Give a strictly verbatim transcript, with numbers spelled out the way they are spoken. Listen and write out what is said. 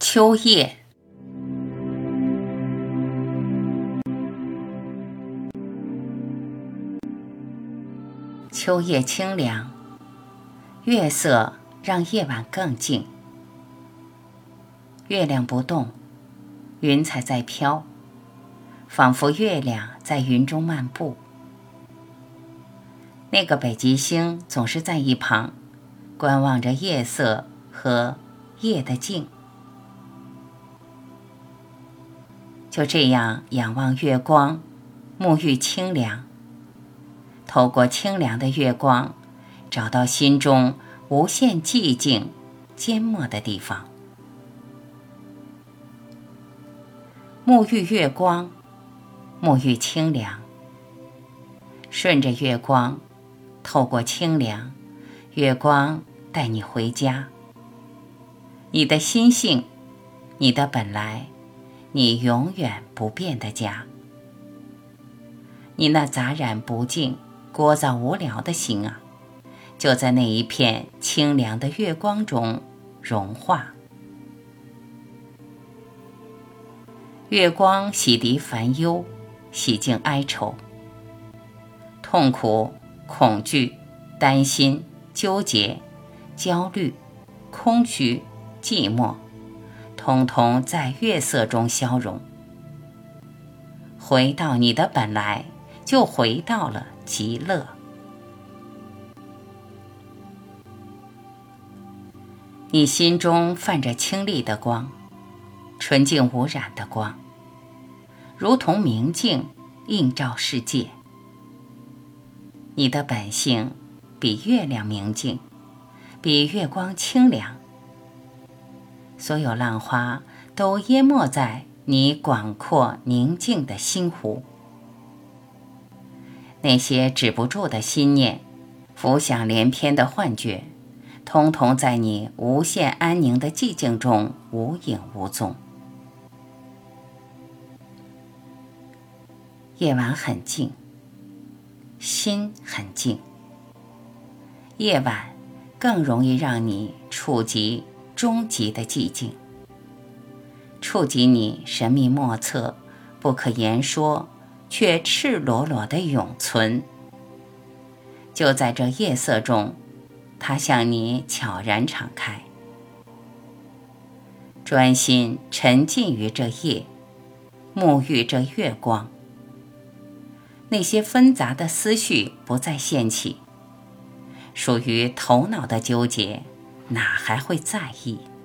秋夜，秋夜清凉，月色让夜晚更静。月亮不动，云彩在飘，仿佛月亮在云中漫步。那个北极星总是在一旁，观望着夜色和夜的静。就这样仰望月光，沐浴清凉。透过清凉的月光，找到心中无限寂静、缄默的地方。沐浴月光，沐浴清凉。顺着月光，透过清凉，月光带你回家。你的心性，你的本来，你永远不变的家。你那杂染不净、聒噪无聊的心啊，就在那一片清凉的月光中融化。月光洗涤烦忧，洗净哀愁。痛苦、恐惧、担心、纠结、焦虑、空虚、寂寞，统统在月色中消融。回到你的本来，就回到了极乐。你心中泛着清丽的光，纯净无染的光，如同明镜映照世界。你的本性比月亮明净，比月光清凉。所有浪花都淹没在你广阔宁静的心湖。那些止不住的心念，浮想联翩的幻觉，通通在你无限安宁的寂静中无影无踪。夜晚很静，心很静。夜晚更容易让你触及终极的寂静，触及你神秘莫测、不可言说却赤裸裸的永存。就在这夜色中，它向你悄然敞开。专心沉浸于这夜，沐浴这月光。那些纷杂的思绪不再现起，属于头脑的纠结，哪还会在意？